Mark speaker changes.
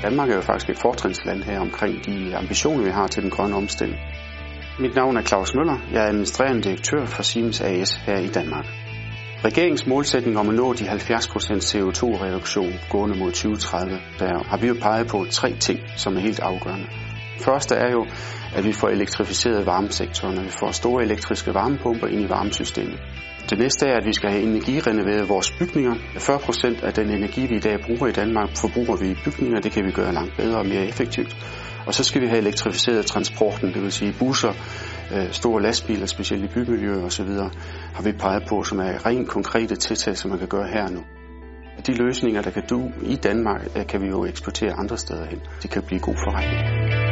Speaker 1: Danmark er jo faktisk et fortrinsland her omkring de ambitioner, vi har til den grønne omstilling. Mit navn er Claus Møller. Jeg er administrerende direktør for Siemens A/S her i Danmark. Regeringens målsætning om at nå de 70% CO2-reduktion gående mod 2030, der har vi jo peget på 3 ting, som er helt afgørende. Første er jo, at vi får elektrificeret varmesektoren, og vi får store elektriske varmepumper ind i varmesystemet. Det næste er, at vi skal have energirenoveret vores bygninger. 40% af den energi, vi i dag bruger i Danmark, forbruger vi i bygninger. Det kan vi gøre langt bedre og mere effektivt. Og så skal vi have elektrificeret transporten, det vil sige busser, store lastbiler, specielt i bymiljøer osv., har vi peget på, som er rent konkrete tiltag, som man kan gøre her nu. De løsninger, der kan du i Danmark, kan vi jo eksportere andre steder hen. Det kan blive god forretning.